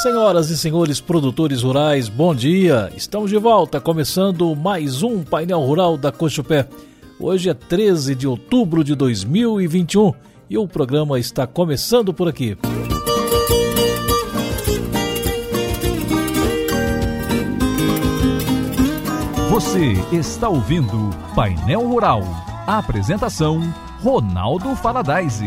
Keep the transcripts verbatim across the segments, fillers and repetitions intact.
Senhoras e senhores produtores rurais, bom dia! Estamos de volta, começando mais um painel rural da Cochupé. Hoje é treze de outubro de dois mil e vinte e um e o programa está começando por aqui. Você está ouvindo Painel Rural. A apresentação, Ronaldo Faladaisi.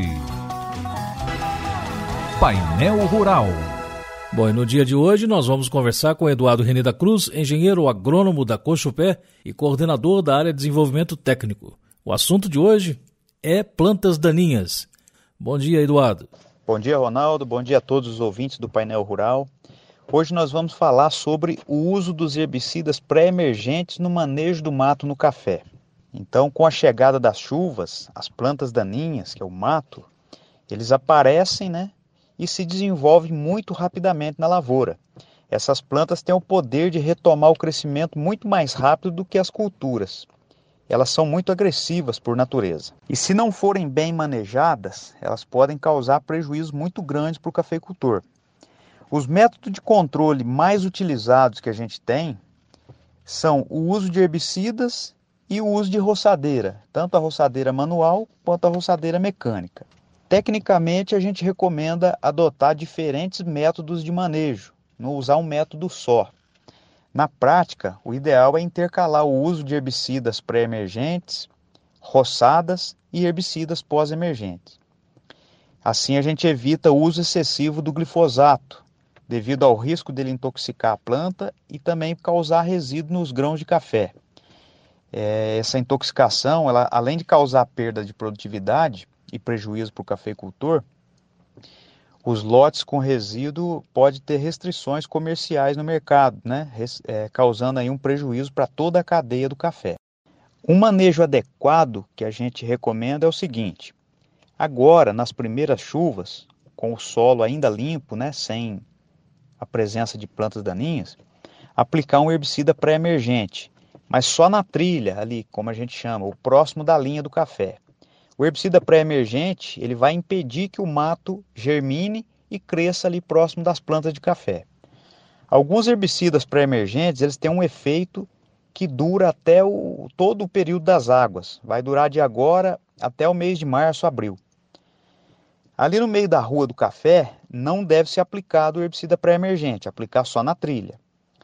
Painel Rural. Bom, e no dia de hoje nós vamos conversar com Eduardo René da Cruz, engenheiro agrônomo da Cochupé e coordenador da área de desenvolvimento técnico. O assunto de hoje é plantas daninhas. Bom dia, Eduardo. Bom dia, Ronaldo. Bom dia a todos os ouvintes do Painel Rural. Hoje nós vamos falar sobre o uso dos herbicidas pré-emergentes no manejo do mato no café. Então, com a chegada das chuvas, as plantas daninhas, que é o mato, eles aparecem, né? E se desenvolve muito rapidamente na lavoura. Essas plantas têm o poder de retomar o crescimento muito mais rápido do que as culturas. Elas são muito agressivas por natureza. E se não forem bem manejadas, elas podem causar prejuízos muito grandes para o cafeicultor. Os métodos de controle mais utilizados que a gente tem são o uso de herbicidas e o uso de roçadeira, tanto a roçadeira manual quanto a roçadeira mecânica. Tecnicamente, a gente recomenda adotar diferentes métodos de manejo, não usar um método só. Na prática, o ideal é intercalar o uso de herbicidas pré-emergentes, roçadas e herbicidas pós-emergentes. Assim, a gente evita o uso excessivo do glifosato, devido ao risco dele intoxicar a planta e também causar resíduo nos grãos de café. É, essa intoxicação, ela, além de causar perda de produtividade e prejuízo para o cafeicultor, os lotes com resíduo podem ter restrições comerciais no mercado, né? Res, é, causando aí um prejuízo para toda a cadeia do café. Um manejo adequado que a gente recomenda é o seguinte: agora, nas primeiras chuvas, com o solo ainda limpo, né, sem a presença de plantas daninhas, aplicar um herbicida pré-emergente, mas só na trilha ali, como a gente chama, o próximo da linha do café. O herbicida pré-emergente, ele vai impedir que o mato germine e cresça ali próximo das plantas de café. Alguns herbicidas pré-emergentes, eles têm um efeito que dura até o, todo o período das águas. Vai durar de agora até o mês de março, abril. Ali no meio da rua do café, não deve ser aplicado o herbicida pré-emergente, aplicar só na trilha.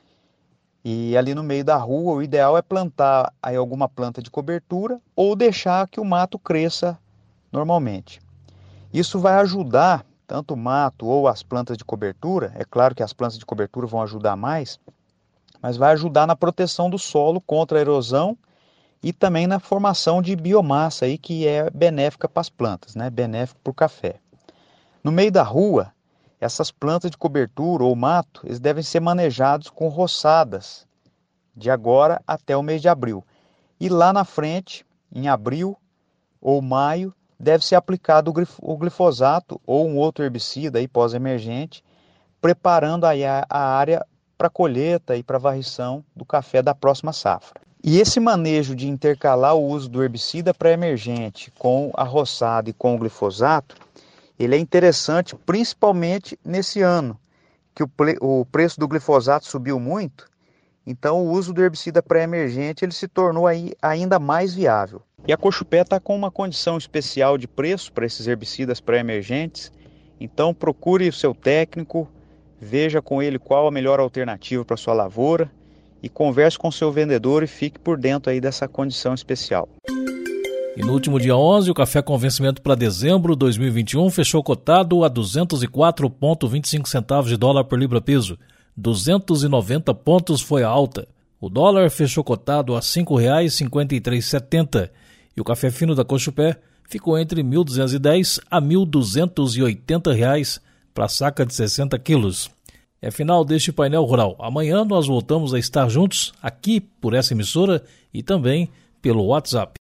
E ali no meio da rua, o ideal é plantar aí alguma planta de cobertura ou deixar que o mato cresça normalmente. Isso vai ajudar, tanto o mato ou as plantas de cobertura, é claro que as plantas de cobertura vão ajudar mais, mas vai ajudar na proteção do solo contra a erosão e também na formação de biomassa aí, que é benéfica para as plantas, né? Benéfico para o café. No meio da rua, essas plantas de cobertura ou mato, eles devem ser manejados com roçadas, de agora até o mês de abril. E lá na frente, em abril ou maio, deve ser aplicado o glifosato ou um outro herbicida aí pós-emergente, preparando aí a, a área para colheita e para varrição do café da próxima safra. E esse manejo de intercalar o uso do herbicida pré-emergente com a roçada e com o glifosato, ele é interessante principalmente nesse ano, que o, pre- o preço do glifosato subiu muito, então o uso do herbicida pré-emergente ele se tornou aí ainda mais viável. E a Cochupé está com uma condição especial de preço para esses herbicidas pré-emergentes, então procure o seu técnico, veja com ele qual a melhor alternativa para a sua lavoura e converse com o seu vendedor e fique por dentro aí dessa condição especial. E no último dia onze, o café com vencimento para dezembro de dois mil e vinte e um fechou cotado a duzentos e quatro vírgula vinte e cinco centavos de dólar por libra-peso. duzentos e noventa pontos foi a alta. O dólar fechou cotado a cinco reais e cinquenta e três centavos setenta e o café fino da Cochupé ficou entre mil duzentos e dez a mil duzentos e oitenta reais para a saca de sessenta quilos. É final deste painel rural. Amanhã nós voltamos a estar juntos aqui por essa emissora e também pelo WhatsApp.